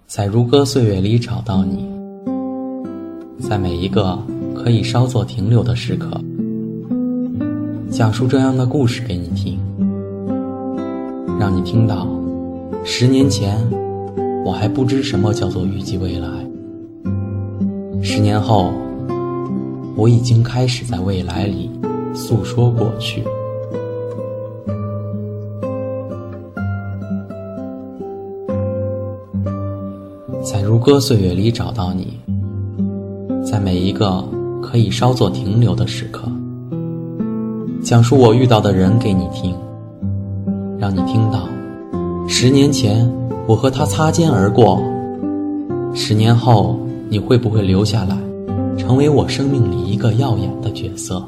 在如歌岁月里找到你，在每一个可以稍作停留的时刻，讲述这样的故事给你听，让你听到10年前我还不知什么叫做预计未来，10年后我已经开始在未来里诉说过去。在如歌岁月里找到你，在每一个可以稍作停留的时刻，讲述我遇到的人给你听，让你听到10年前我和他擦肩而过，10年后你会不会留下来，成为我生命里一个耀眼的角色。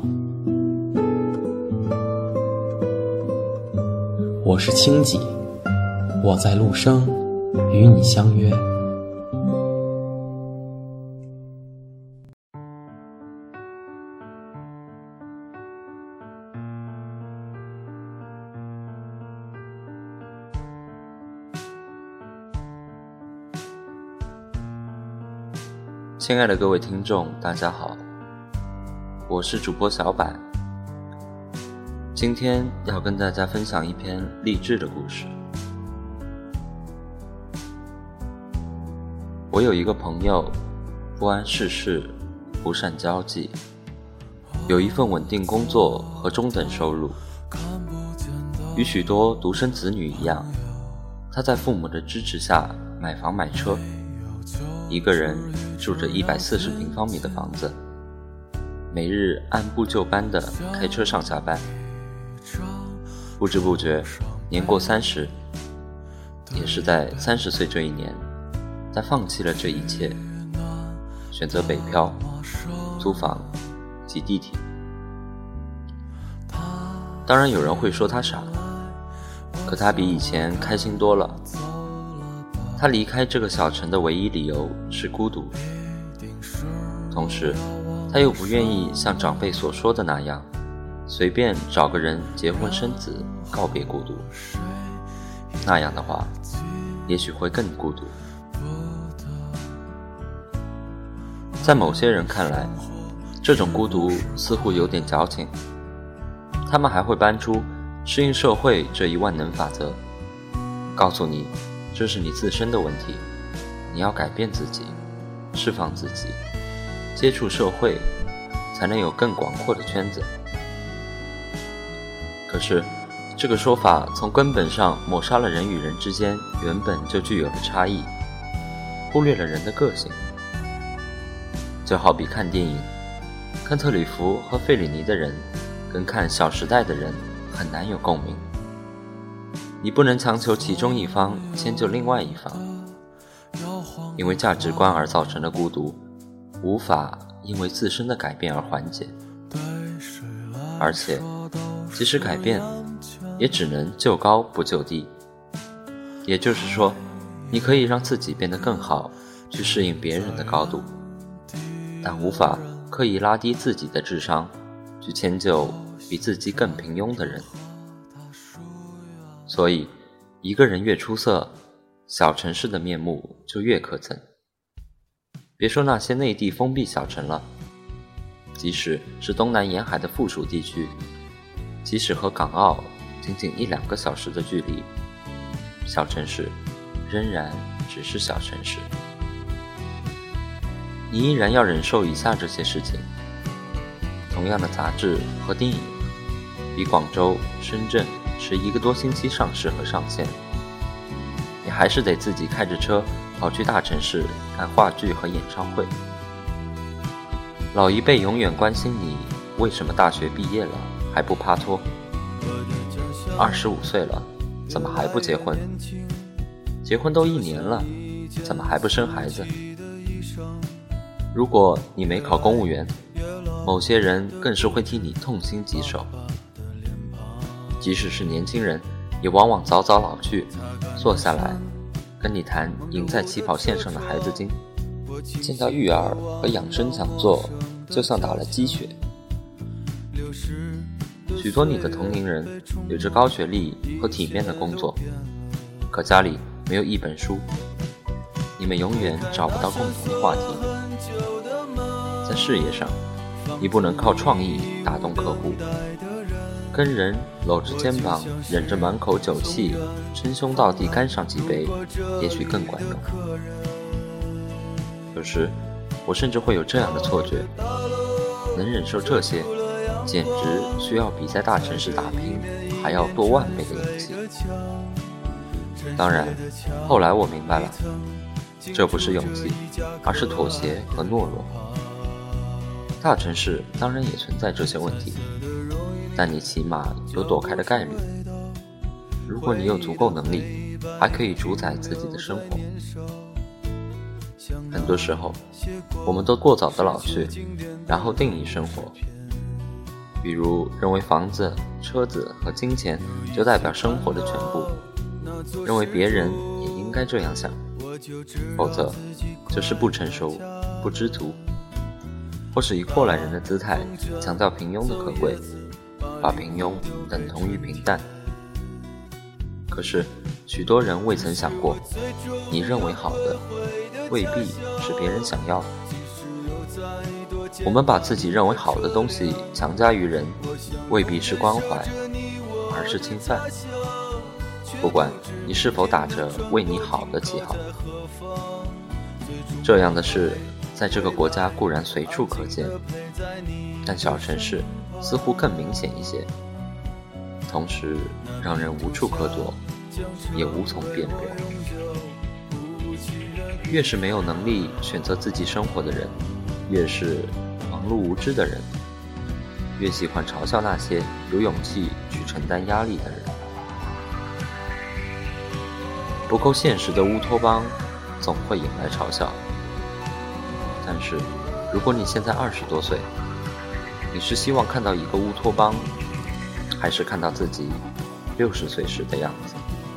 我是清己，我在陆生与你相约。 亲爱的各位听众，大家好，我是主播小柏。今天要跟大家分享一篇励志的故事。我有一个朋友，不谙世事，不善交际，有一份稳定工作和中等收入。与许多独生子女一样，他在父母的支持下买房买车，一个人住着140平方米的房子，每日按部就班地开车上下班。不知不觉年过30，也是在30岁这一年，他放弃了这一切，选择北漂、租房、挤地铁。当然有人会说他傻，可他比以前开心多了。他离开这个小城的唯一理由是孤独，同时他又不愿意像长辈所说的那样，随便找个人结婚生子，告别孤独。那样的话，也许会更孤独。在某些人看来，这种孤独似乎有点矫情，他们还会搬出适应社会这一万能法则，告诉你这是你自身的问题，你要改变自己，释放自己，接触社会，才能有更广阔的圈子。可是这个说法从根本上抹杀了人与人之间原本就具有的差异，忽略了人的个性。就好比看电影，看特里弗和费里尼的人跟看小时代的人很难有共鸣。你不能强求其中一方迁就另外一方，因为价值观而造成的孤独无法因为自身的改变而缓解，而且即使改变也只能就高不就低。也就是说，你可以让自己变得更好，去适应别人的高度，但无法刻意拉低自己的智商，去迁就比自己更平庸的人。所以一个人越出色，小城市的面目就越可憎。别说那些内地封闭小城了，即使是东南沿海的附属地区，即使和港澳仅仅1-2个小时的距离，小城市仍然只是小城市。你依然要忍受以下这些事情：同样的杂志和电影，比广州、深圳迟1个多星期上市和上线，你还是得自己开着车跑去大城市看话剧和演唱会。老一辈永远关心你为什么大学毕业了还不趴脱，25岁了怎么还不结婚？结婚都1年了，怎么还不生孩子？如果你没考公务员，某些人更是会替你痛心疾首。即使是年轻人，也往往早早老去，坐下来跟你谈赢在起跑线上的孩子精。见到育儿和养生讲座，就像打了鸡血。许多你的同龄人有着高学历和体面的工作，可家里没有一本书， 你们永远找不到共同的话题。在事业上，你不能靠创意打动客户，跟人搂着肩膀，忍着满口酒气，称兄道弟干上几杯，也许更管用。有时我甚至会有这样的错觉，能忍受这些，简直需要比在大城市打拼还要多万倍的勇气。当然，后来我明白了，这不是勇气，而是妥协和懦弱。大城市当然也存在这些问题，但你起码有躲开的概率。如果你有足够能力，还可以主宰自己的生活。很多时候，我们都过早的老去，然后定义生活。比如认为房子、车子和金钱就代表生活的全部，认为别人也应该这样想，否则就是不成熟、不知足，或是以过来人的姿态强调平庸的可贵，把平庸等同于平淡。可是许多人未曾想过，你认为好的未必是别人想要的。我们把自己认为好的东西强加于人，未必是关怀，而是侵犯。不管你是否打着为你好的旗号。这样的事在这个国家固然随处可见，但小城市似乎更明显一些，同时让人无处可躲，也无从辩驳。越是没有能力选择自己生活的人，越是忙碌无知的人，越喜欢嘲笑那些有勇气去承担压力的人。不够现实的乌托邦总会引来嘲笑，但是如果你现在20多岁，你是希望看到一个乌托邦，还是看到自己60岁时的样子？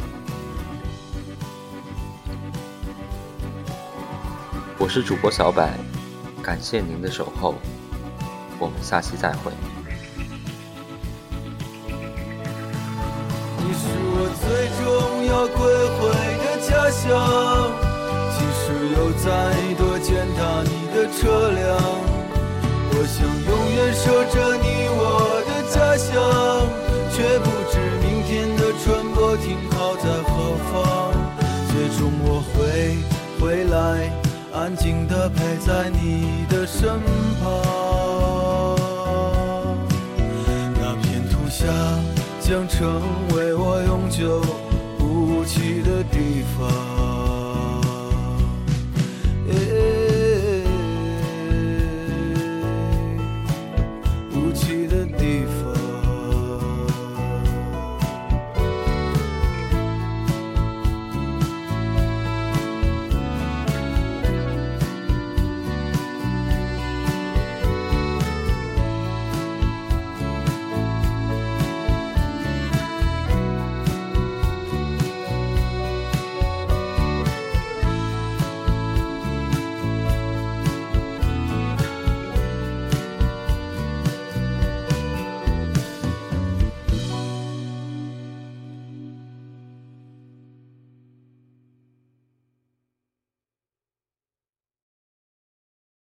我是主播小柏，感谢您的守候，我们下期再会。 你是我最终要归回的家乡，即使有再多践踏你的车辆，我想永远守着你我的家乡，却不知明天的船舶停靠在何方，最终我会回来安静地陪